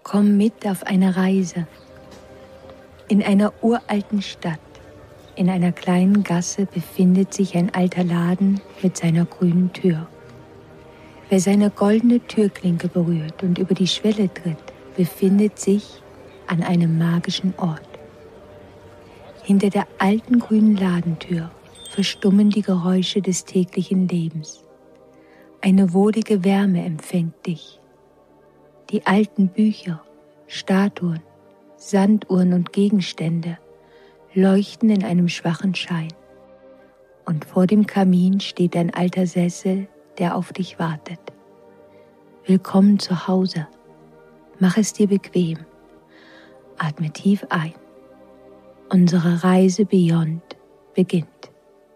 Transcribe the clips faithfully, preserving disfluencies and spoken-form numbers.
Komm mit auf eine Reise. In einer uralten Stadt, in einer kleinen Gasse befindet sich ein alter Laden mit seiner grünen Tür. Wer seine goldene Türklinke berührt und über die Schwelle tritt, befindet sich an einem magischen Ort. Hinter der alten grünen Ladentür verstummen die Geräusche des täglichen Lebens. Eine wohlige Wärme empfängt dich. Die alten Bücher, Statuen, Sanduhren und Gegenstände leuchten in einem schwachen Schein. Und vor dem Kamin steht ein alter Sessel, der auf dich wartet. Willkommen zu Hause. Mach es dir bequem. Atme tief ein. Unsere Reise Beyond beginnt.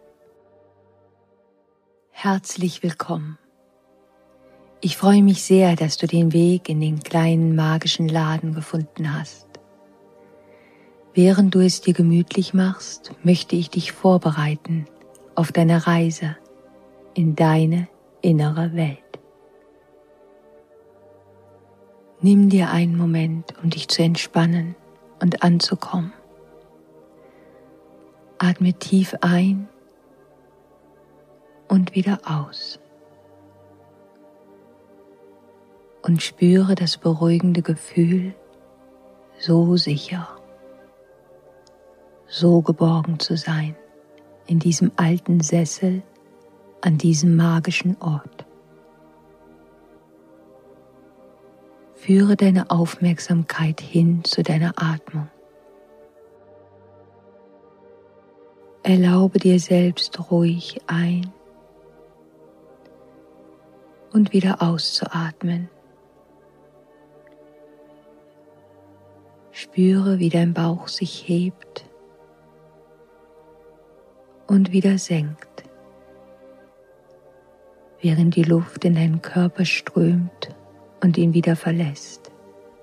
Herzlich willkommen. Ich freue mich sehr, dass du den Weg in den kleinen magischen Laden gefunden hast. Während du es dir gemütlich machst, möchte ich dich vorbereiten auf deine Reise in deine innere Welt. Nimm dir einen Moment, um dich zu entspannen und anzukommen. Atme tief ein und wieder aus. Und spüre das beruhigende Gefühl, so sicher, so geborgen zu sein in diesem alten Sessel an diesem magischen Ort. Führe deine Aufmerksamkeit hin zu deiner Atmung. Erlaube dir selbst ruhig ein- und wieder auszuatmen. Spüre, wie dein Bauch sich hebt und wieder senkt, während die Luft in deinen Körper strömt und ihn wieder verlässt.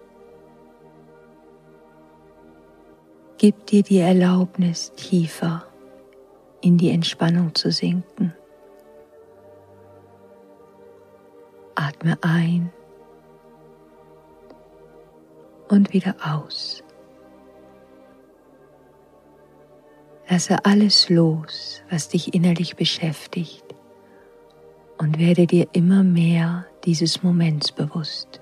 Gib dir die Erlaubnis, tiefer in die Entspannung zu sinken. Atme ein und wieder aus. Lasse alles los, was dich innerlich beschäftigt, und werde dir immer mehr dieses Moments bewusst.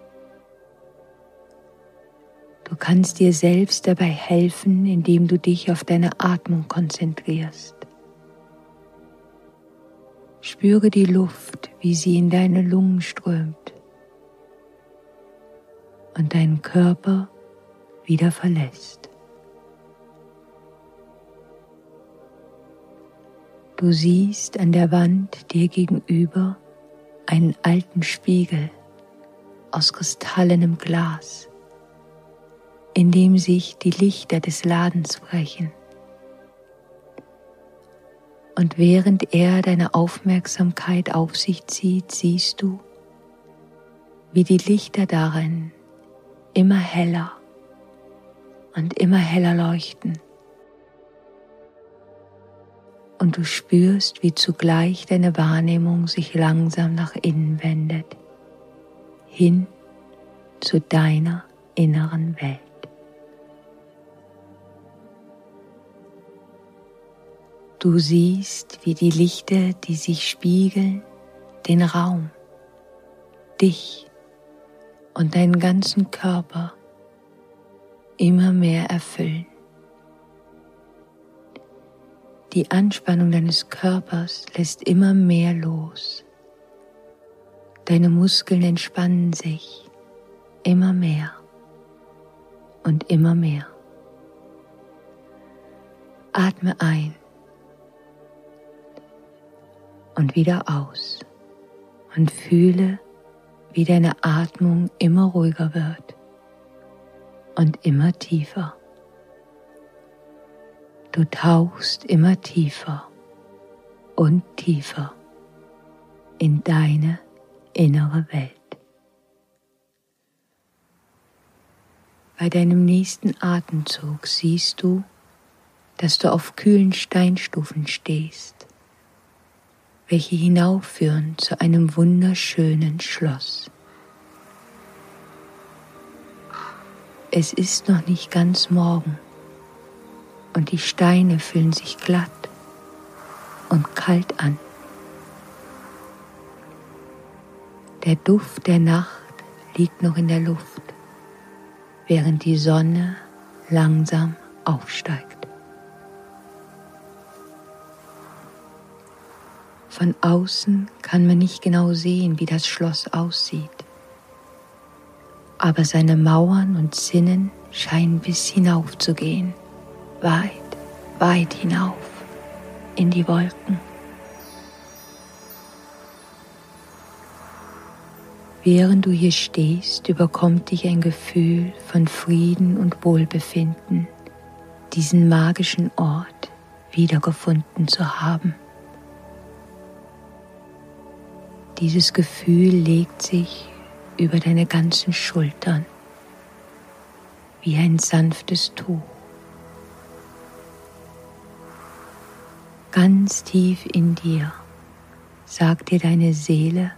Du kannst dir selbst dabei helfen, indem du dich auf deine Atmung konzentrierst. Spüre die Luft, wie sie in deine Lungen strömt und deinen Körper wieder verlässt. Du siehst an der Wand dir gegenüber einen alten Spiegel aus kristallenem Glas, in dem sich die Lichter des Ladens brechen. Und während er deine Aufmerksamkeit auf sich zieht, siehst du, wie die Lichter darin immer heller und immer heller leuchten. Und du spürst, wie zugleich deine Wahrnehmung sich langsam nach innen wendet, hin zu deiner inneren Welt. Du siehst, wie die Lichter, die sich spiegeln, den Raum, dich und deinen ganzen Körper immer mehr erfüllen. Die Anspannung deines Körpers lässt immer mehr los. Deine Muskeln entspannen sich immer mehr und immer mehr. Atme ein und wieder aus und fühle, wie deine Atmung immer ruhiger wird und immer tiefer. Du tauchst immer tiefer und tiefer in deine innere Welt. Bei deinem nächsten Atemzug siehst du, dass du auf kühlen Steinstufen stehst, welche hinaufführen zu einem wunderschönen Schloss. Es ist noch nicht ganz Morgen und die Steine fühlen sich glatt und kalt an. Der Duft der Nacht liegt noch in der Luft, während die Sonne langsam aufsteigt. Von außen kann man nicht genau sehen, wie das Schloss aussieht, aber seine Mauern und Zinnen scheinen bis hinauf zu gehen, weit, weit hinauf in die Wolken. Während du hier stehst, überkommt dich ein Gefühl von Frieden und Wohlbefinden, diesen magischen Ort wiedergefunden zu haben. Dieses Gefühl legt sich über deine ganzen Schultern wie ein sanftes Tuch. Ganz tief in dir sagt dir deine Seele,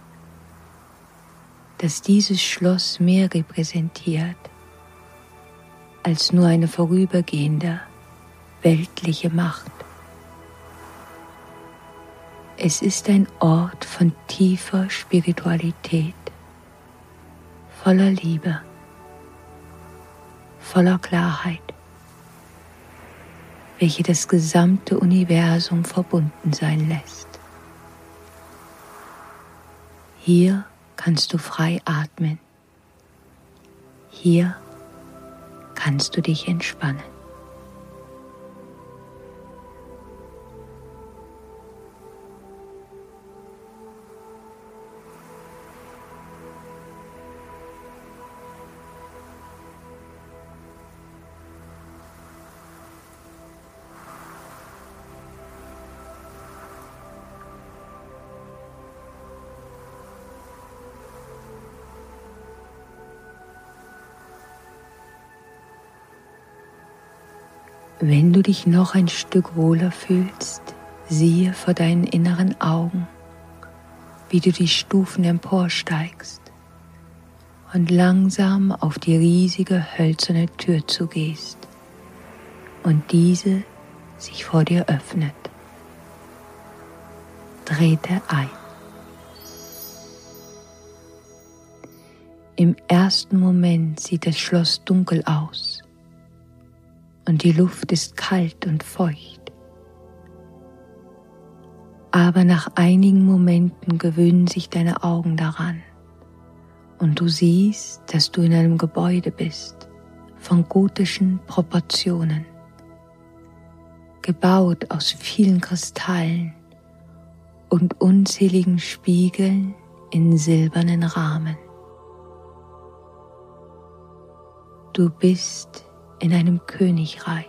dass dieses Schloss mehr repräsentiert als nur eine vorübergehende weltliche Macht. Es ist ein Ort von tiefer Spiritualität, voller Liebe, voller Klarheit, welche das gesamte Universum verbunden sein lässt. Hier kannst du frei atmen. Hier kannst du dich entspannen. Wenn du dich noch ein Stück wohler fühlst, siehe vor deinen inneren Augen, wie du die Stufen emporsteigst und langsam auf die riesige hölzerne Tür zugehst und diese sich vor dir öffnet. Trete ein. Im ersten Moment sieht das Schloss dunkel aus. Und die Luft ist kalt und feucht. Aber nach einigen Momenten gewöhnen sich deine Augen daran und du siehst, dass du in einem Gebäude bist, von gotischen Proportionen, gebaut aus vielen Kristallen und unzähligen Spiegeln in silbernen Rahmen. Du bist in einem Königreich.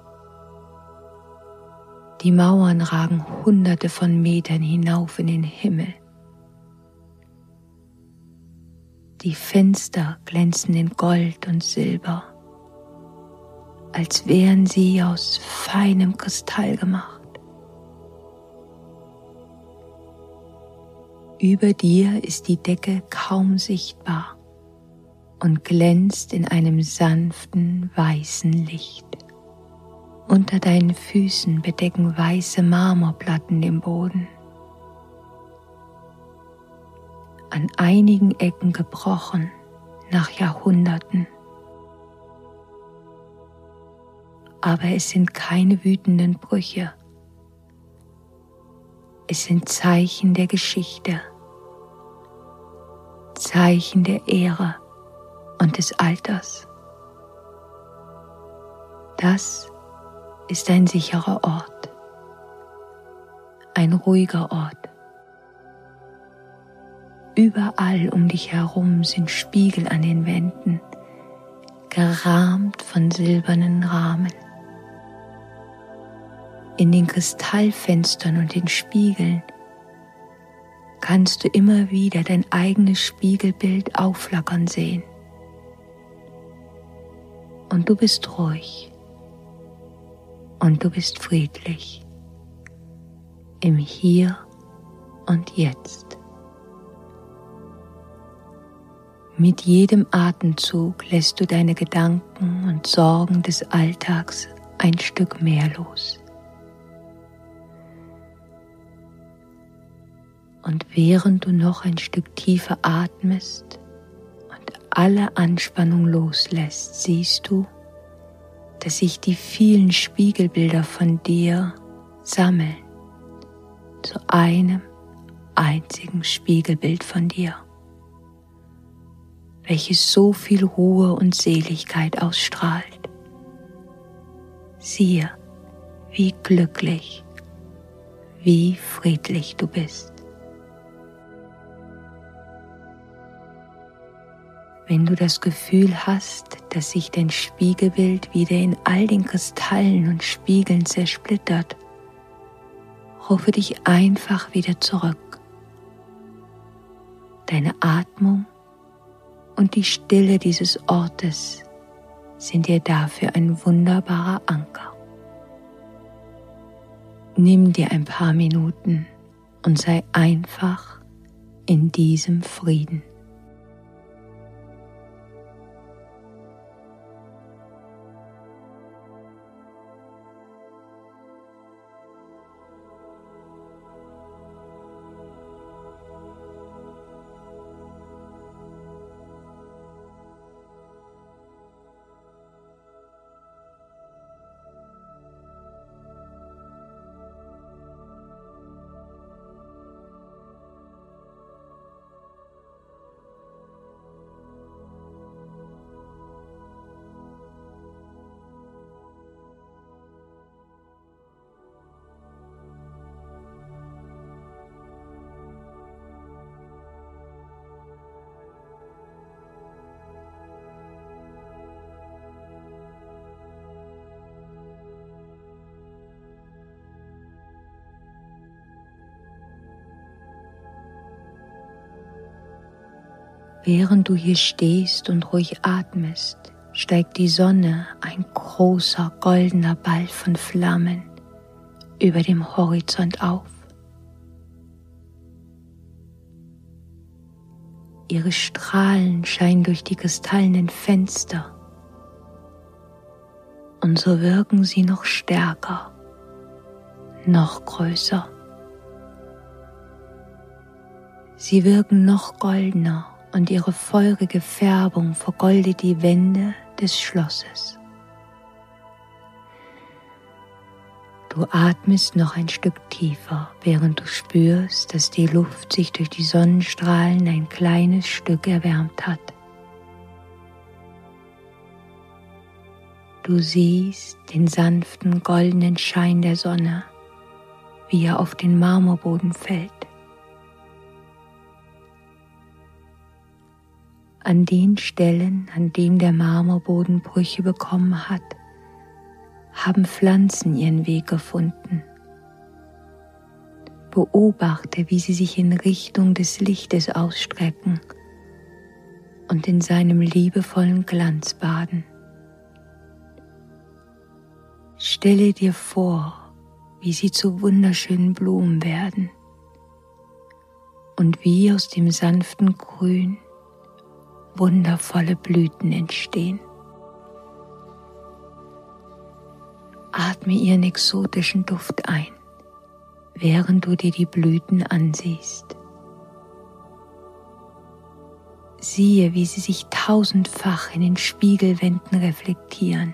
Die Mauern ragen hunderte von Metern hinauf in den Himmel. Die Fenster glänzen in Gold und Silber, als wären sie aus feinem Kristall gemacht. Über dir ist die Decke kaum sichtbar und glänzt in einem sanften, weißen Licht. Unter deinen Füßen bedecken weiße Marmorplatten den Boden. An einigen Ecken gebrochen nach Jahrhunderten. Aber es sind keine wütenden Brüche. Es sind Zeichen der Geschichte, Zeichen der Ehre und des Alters. Das ist ein sicherer Ort, ein ruhiger Ort. Überall um dich herum sind Spiegel an den Wänden, gerahmt von silbernen Rahmen. In den Kristallfenstern und den Spiegeln kannst du immer wieder dein eigenes Spiegelbild aufflackern sehen. Und du bist ruhig und du bist friedlich im Hier und Jetzt. Mit jedem Atemzug lässt du deine Gedanken und Sorgen des Alltags ein Stück mehr los. Und während du noch ein Stück tiefer atmest und alle Anspannung loslässt, siehst du, dass sich die vielen Spiegelbilder von dir sammeln zu einem einzigen Spiegelbild von dir, welches so viel Ruhe und Seligkeit ausstrahlt. Siehe, wie glücklich, wie friedlich du bist. Wenn du das Gefühl hast, dass sich dein Spiegelbild wieder in all den Kristallen und Spiegeln zersplittert, rufe dich einfach wieder zurück. Deine Atmung und die Stille dieses Ortes sind dir dafür ein wunderbarer Anker. Nimm dir ein paar Minuten und sei einfach in diesem Frieden. Während du hier stehst und ruhig atmest, steigt die Sonne, ein großer goldener Ball von Flammen, über dem Horizont auf. Ihre Strahlen scheinen durch die kristallenen Fenster, und so wirken sie noch stärker, noch größer. Sie wirken noch goldener, und ihre feurige Färbung vergoldet die Wände des Schlosses. Du atmest noch ein Stück tiefer, während du spürst, dass die Luft sich durch die Sonnenstrahlen ein kleines Stück erwärmt hat. Du siehst den sanften goldenen Schein der Sonne, wie er auf den Marmorboden fällt. An den Stellen, an denen der Marmorboden Brüche bekommen hat, haben Pflanzen ihren Weg gefunden. Beobachte, wie sie sich in Richtung des Lichtes ausstrecken und in seinem liebevollen Glanz baden. Stelle dir vor, wie sie zu wunderschönen Blumen werden und wie aus dem sanften Grün wundervolle Blüten entstehen. Atme ihren exotischen Duft ein, während du dir die Blüten ansiehst. Siehe, wie sie sich tausendfach in den Spiegelwänden reflektieren.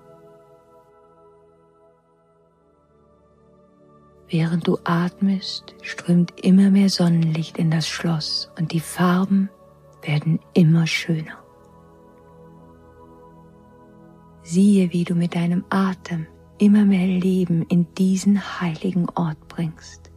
Während du atmest, strömt immer mehr Sonnenlicht in das Schloss und die Farben werden immer schöner. Siehe, wie du mit deinem Atem immer mehr Leben in diesen heiligen Ort bringst.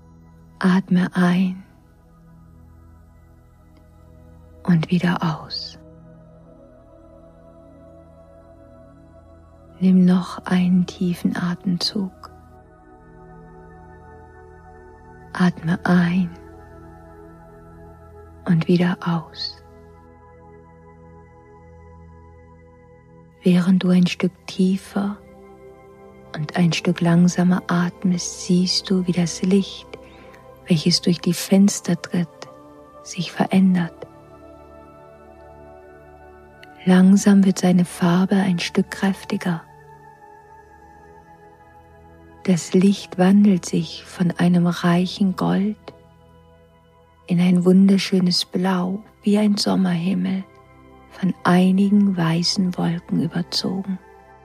Atme ein und wieder aus. Nimm noch einen tiefen Atemzug. Atme ein und wieder aus. Während du ein Stück tiefer und ein Stück langsamer atmest, siehst du, wie das Licht, welches durch die Fenster tritt, sich verändert. Langsam wird seine Farbe ein Stück kräftiger. Das Licht wandelt sich von einem reichen Gold in ein wunderschönes Blau, wie ein Sommerhimmel, von einigen weißen Wolken überzogen.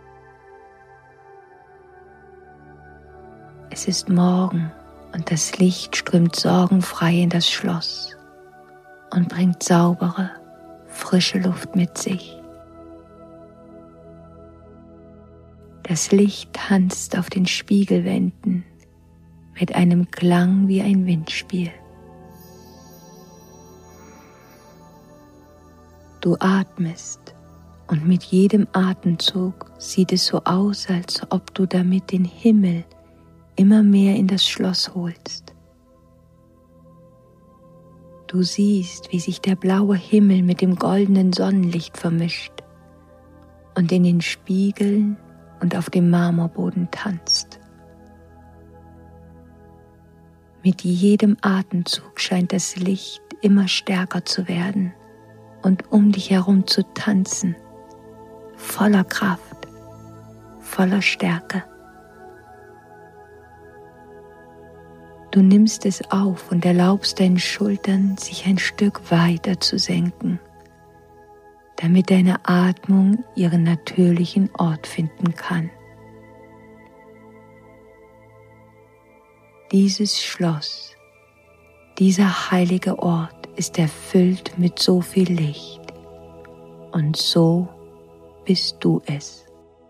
Es ist Morgen und das Licht strömt sorgenfrei in das Schloss und bringt saubere, frische Luft mit sich. Das Licht tanzt auf den Spiegelwänden mit einem Klang wie ein Windspiel. Du atmest und mit jedem Atemzug sieht es so aus, als ob du damit den Himmel immer mehr in das Schloss holst. Du siehst, wie sich der blaue Himmel mit dem goldenen Sonnenlicht vermischt und in den Spiegeln und auf dem Marmorboden tanzt. Mit jedem Atemzug scheint das Licht immer stärker zu werden und um dich herum zu tanzen, voller Kraft, voller Stärke. Du nimmst es auf und erlaubst deinen Schultern, sich ein Stück weiter zu senken, damit deine Atmung ihren natürlichen Ort finden kann. Dieses Schloss, dieser heilige Ort ist erfüllt mit so viel Licht und so bist du es.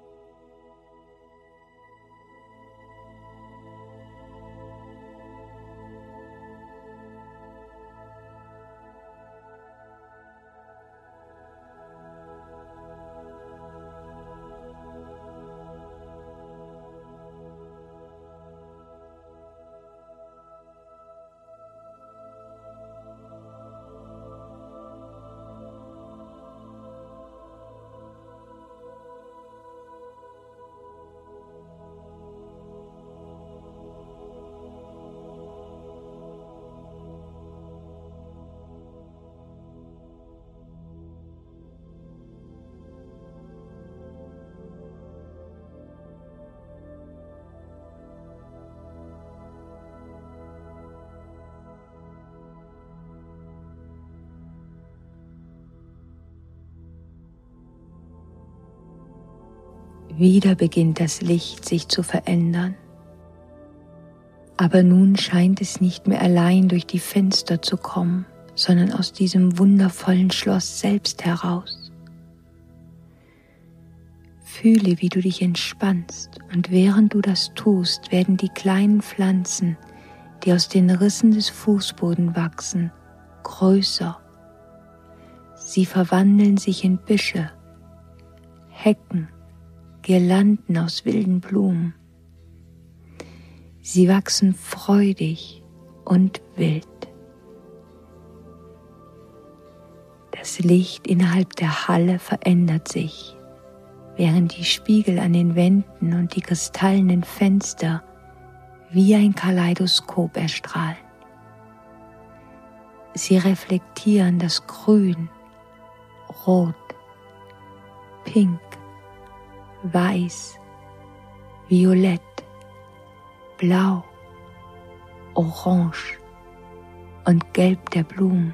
Wieder beginnt das Licht sich zu verändern. Aber nun scheint es nicht mehr allein durch die Fenster zu kommen, sondern aus diesem wundervollen Schloss selbst heraus. Fühle, wie du dich entspannst, und während du das tust, werden die kleinen Pflanzen, die aus den Rissen des Fußbodens wachsen, größer. Sie verwandeln sich in Büsche, Hecken, Girlanden aus wilden Blumen. Sie wachsen freudig und wild. Das Licht innerhalb der Halle verändert sich, während die Spiegel an den Wänden und die kristallenen Fenster wie ein Kaleidoskop erstrahlen. Sie reflektieren das Grün, Rot, Pink, Weiß, Violett, Blau, Orange und Gelb der Blumen.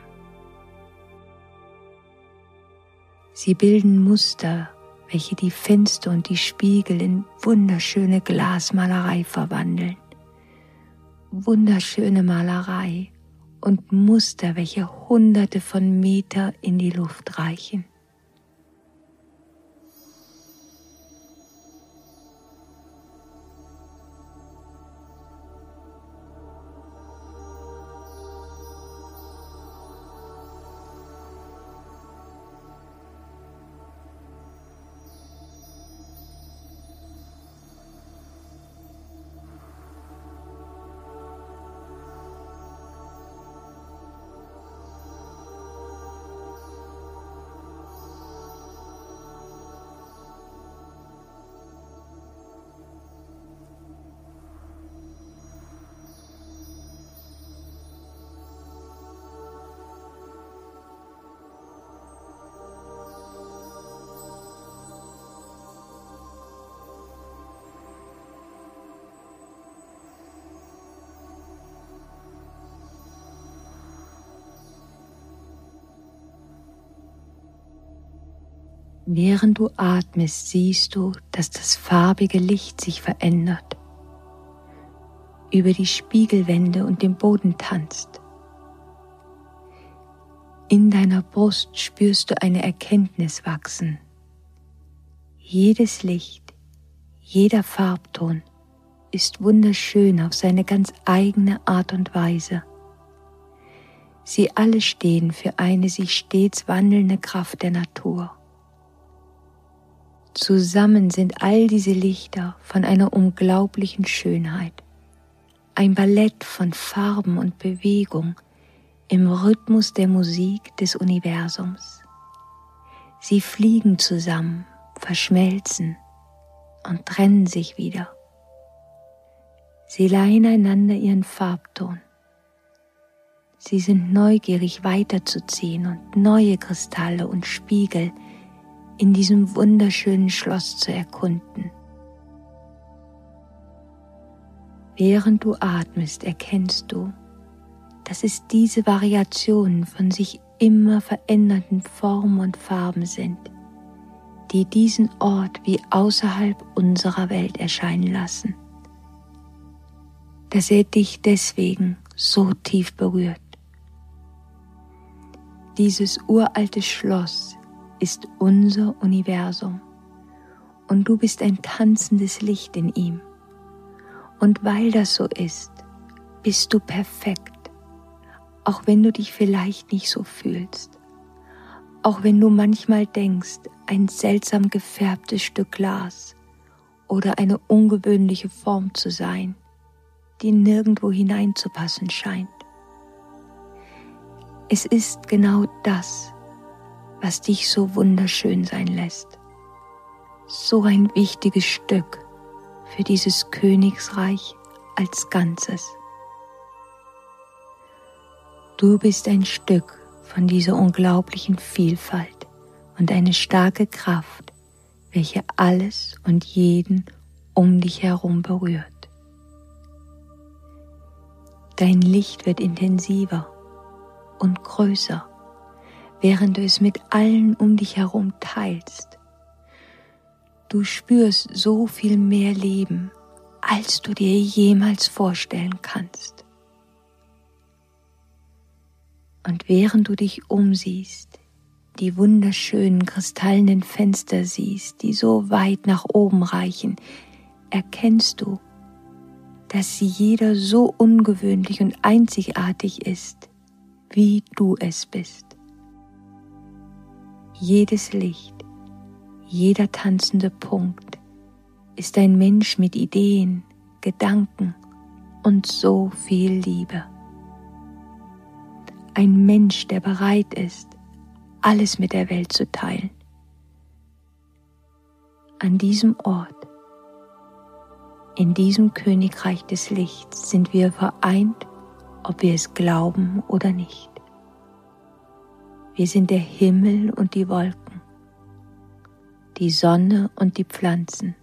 Sie bilden Muster, welche die Fenster und die Spiegel in wunderschöne Glasmalerei verwandeln. Wunderschöne Malerei und Muster, welche Hunderte von Meter in die Luft reichen. Während du atmest, siehst du, dass das farbige Licht sich verändert, über die Spiegelwände und den Boden tanzt. In deiner Brust spürst du eine Erkenntnis wachsen. Jedes Licht, jeder Farbton ist wunderschön auf seine ganz eigene Art und Weise. Sie alle stehen für eine sich stets wandelnde Kraft der Natur. Zusammen sind all diese Lichter von einer unglaublichen Schönheit, ein Ballett von Farben und Bewegung im Rhythmus der Musik des Universums. Sie fliegen zusammen, verschmelzen und trennen sich wieder. Sie leihen einander ihren Farbton. Sie sind neugierig weiterzuziehen und neue Kristalle und Spiegel in diesem wunderschönen Schloss zu erkunden. Während du atmest, erkennst du, dass es diese Variationen von sich immer verändernden Formen und Farben sind, die diesen Ort wie außerhalb unserer Welt erscheinen lassen. Dass er dich deswegen so tief berührt. Dieses uralte Schloss ist unser Universum und du bist ein tanzendes Licht in ihm. Und weil das so ist, bist du perfekt, auch wenn du dich vielleicht nicht so fühlst, auch wenn du manchmal denkst, ein seltsam gefärbtes Stück Glas oder eine ungewöhnliche Form zu sein, die nirgendwo hineinzupassen scheint. Es ist genau das, was dich so wunderschön sein lässt. So ein wichtiges Stück für dieses Königsreich als Ganzes. Du bist ein Stück von dieser unglaublichen Vielfalt und eine starke Kraft, welche alles und jeden um dich herum berührt. Dein Licht wird intensiver und größer, während du es mit allen um dich herum teilst. Du spürst so viel mehr Leben, als du dir jemals vorstellen kannst. Und während du dich umsiehst, die wunderschönen kristallenen Fenster siehst, die so weit nach oben reichen, erkennst du, dass jeder so ungewöhnlich und einzigartig ist, wie du es bist. Jedes Licht, jeder tanzende Punkt ist ein Mensch mit Ideen, Gedanken und so viel Liebe. Ein Mensch, der bereit ist, alles mit der Welt zu teilen. An diesem Ort, in diesem Königreich des Lichts sind wir vereint, ob wir es glauben oder nicht. Wir sind der Himmel und die Wolken, die Sonne und die Pflanzen.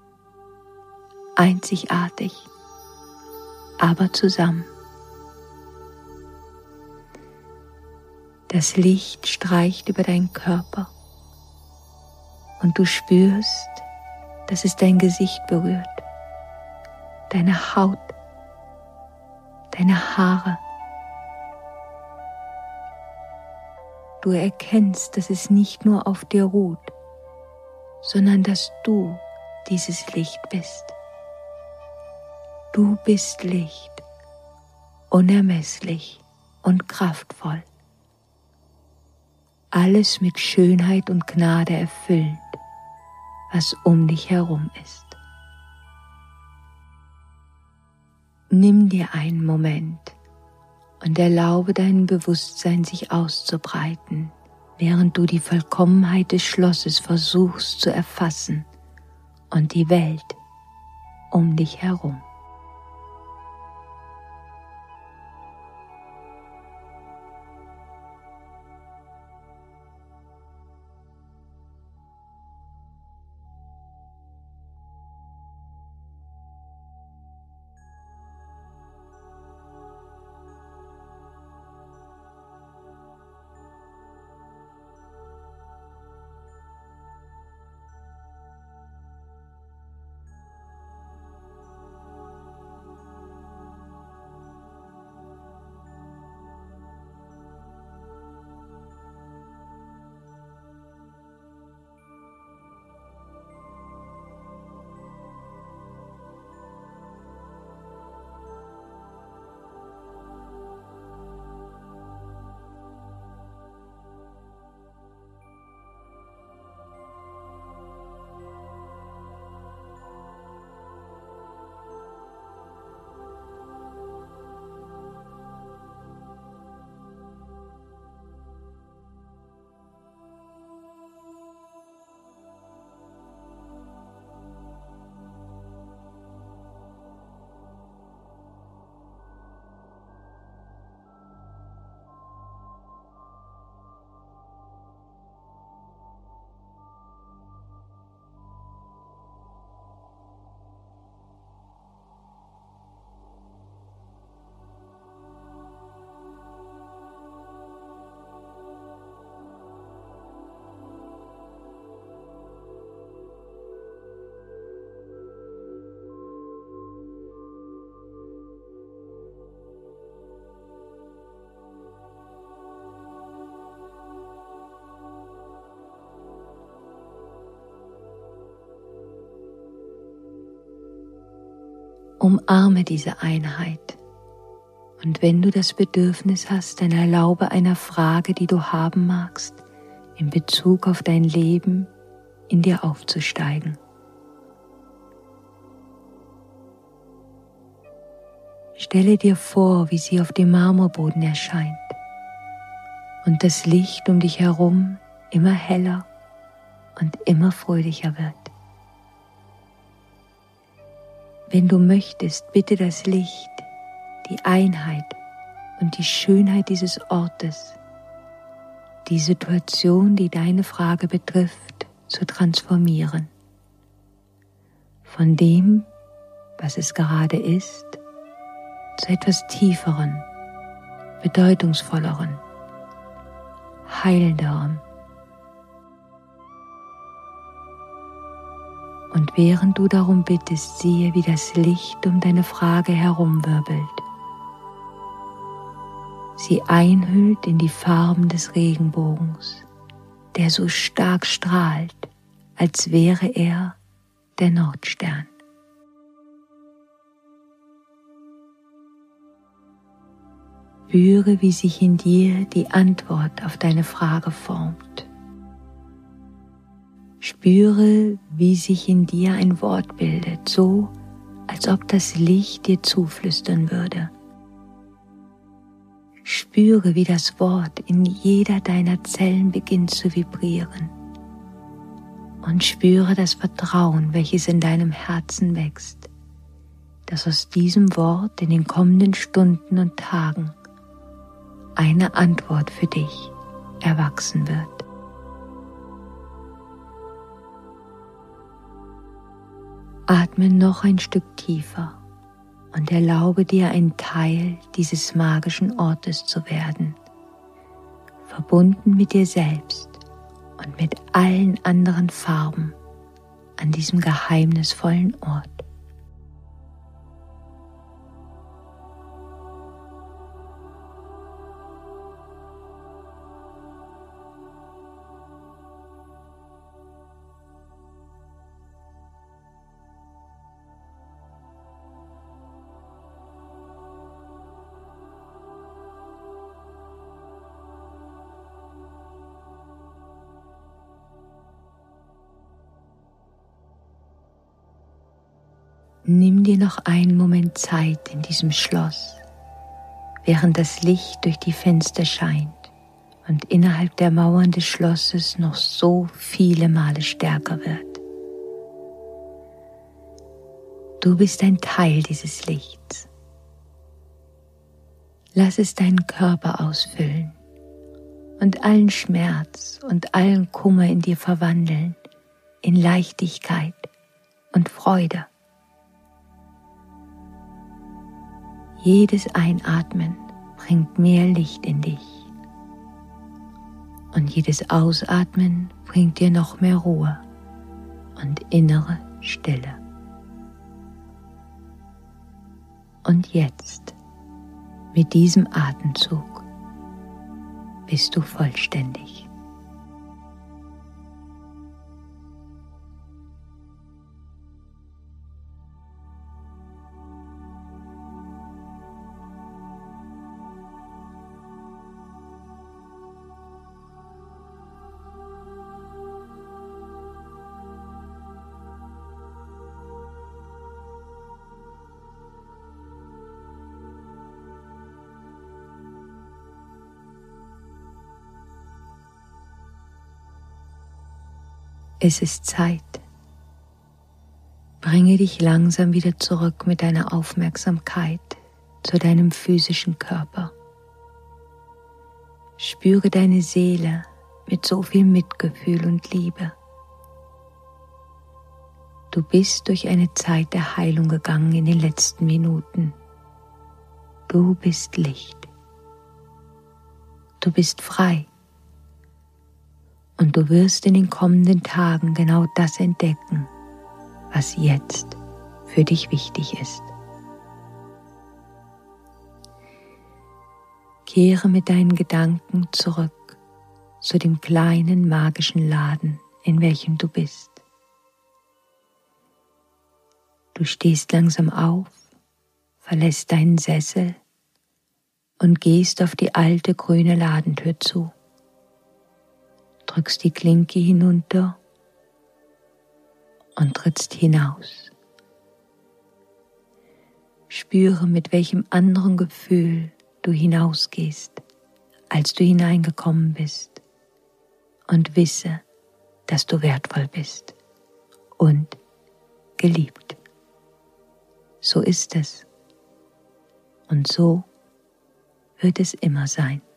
Einzigartig, aber zusammen. Das Licht streicht über deinen Körper und du spürst, dass es dein Gesicht berührt, deine Haut, deine Haare. Du erkennst, dass es nicht nur auf dir ruht, sondern dass du dieses Licht bist. Du bist Licht, unermesslich und kraftvoll. Alles mit Schönheit und Gnade erfüllend, was um dich herum ist. Nimm dir einen Moment und erlaube deinem Bewusstsein sich auszubreiten, während du die Vollkommenheit des Schlosses versuchst zu erfassen und die Welt um dich herum. Umarme diese Einheit. Und wenn du das Bedürfnis hast, dann erlaube einer Frage, die du haben magst, in Bezug auf dein Leben in dir aufzusteigen. Stelle dir vor, wie sie auf dem Marmorboden erscheint und das Licht um dich herum immer heller und immer fröhlicher wird. Wenn du möchtest, bitte das Licht, die Einheit und die Schönheit dieses Ortes, die Situation, die deine Frage betrifft, zu transformieren. Von dem, was es gerade ist, zu etwas Tieferen, Bedeutungsvolleren, Heilenderen. Und während du darum bittest, siehe, wie das Licht um deine Frage herumwirbelt. Sie einhüllt in die Farben des Regenbogens, der so stark strahlt, als wäre er der Nordstern. Spüre, wie sich in dir die Antwort auf deine Frage formt. Spüre, wie sich in dir ein Wort bildet, so als ob das Licht dir zuflüstern würde. Spüre, wie das Wort in jeder deiner Zellen beginnt zu vibrieren. Und spüre das Vertrauen, welches in deinem Herzen wächst, dass aus diesem Wort in den kommenden Stunden und Tagen eine Antwort für dich erwachsen wird. Atme noch ein Stück tiefer und erlaube dir, ein Teil dieses magischen Ortes zu werden, verbunden mit dir selbst und mit allen anderen Farben an diesem geheimnisvollen Ort. Nimm dir noch einen Moment Zeit in diesem Schloss, während das Licht durch die Fenster scheint und innerhalb der Mauern des Schlosses noch so viele Male stärker wird. Du bist ein Teil dieses Lichts. Lass es deinen Körper ausfüllen und allen Schmerz und allen Kummer in dir verwandeln in Leichtigkeit und Freude. Jedes Einatmen bringt mehr Licht in dich und jedes Ausatmen bringt dir noch mehr Ruhe und innere Stille. Und jetzt, mit diesem Atemzug, bist du vollständig. Es ist Zeit. Bringe dich langsam wieder zurück mit deiner Aufmerksamkeit zu deinem physischen Körper. Spüre deine Seele mit so viel Mitgefühl und Liebe. Du bist durch eine Zeit der Heilung gegangen in den letzten Minuten. Du bist Licht. Du bist frei. Und du wirst in den kommenden Tagen genau das entdecken, was jetzt für dich wichtig ist. Kehre mit deinen Gedanken zurück zu dem kleinen magischen Laden, in welchem du bist. Du stehst langsam auf verlässt deinen Sessel und gehst auf die alte grüne Ladentür zu, drückst die Klinke hinunter und trittst hinaus. Spüre, mit welchem anderen Gefühl du hinausgehst, als du hineingekommen bist, und wisse, dass du wertvoll bist und geliebt. So ist es und so wird es immer sein.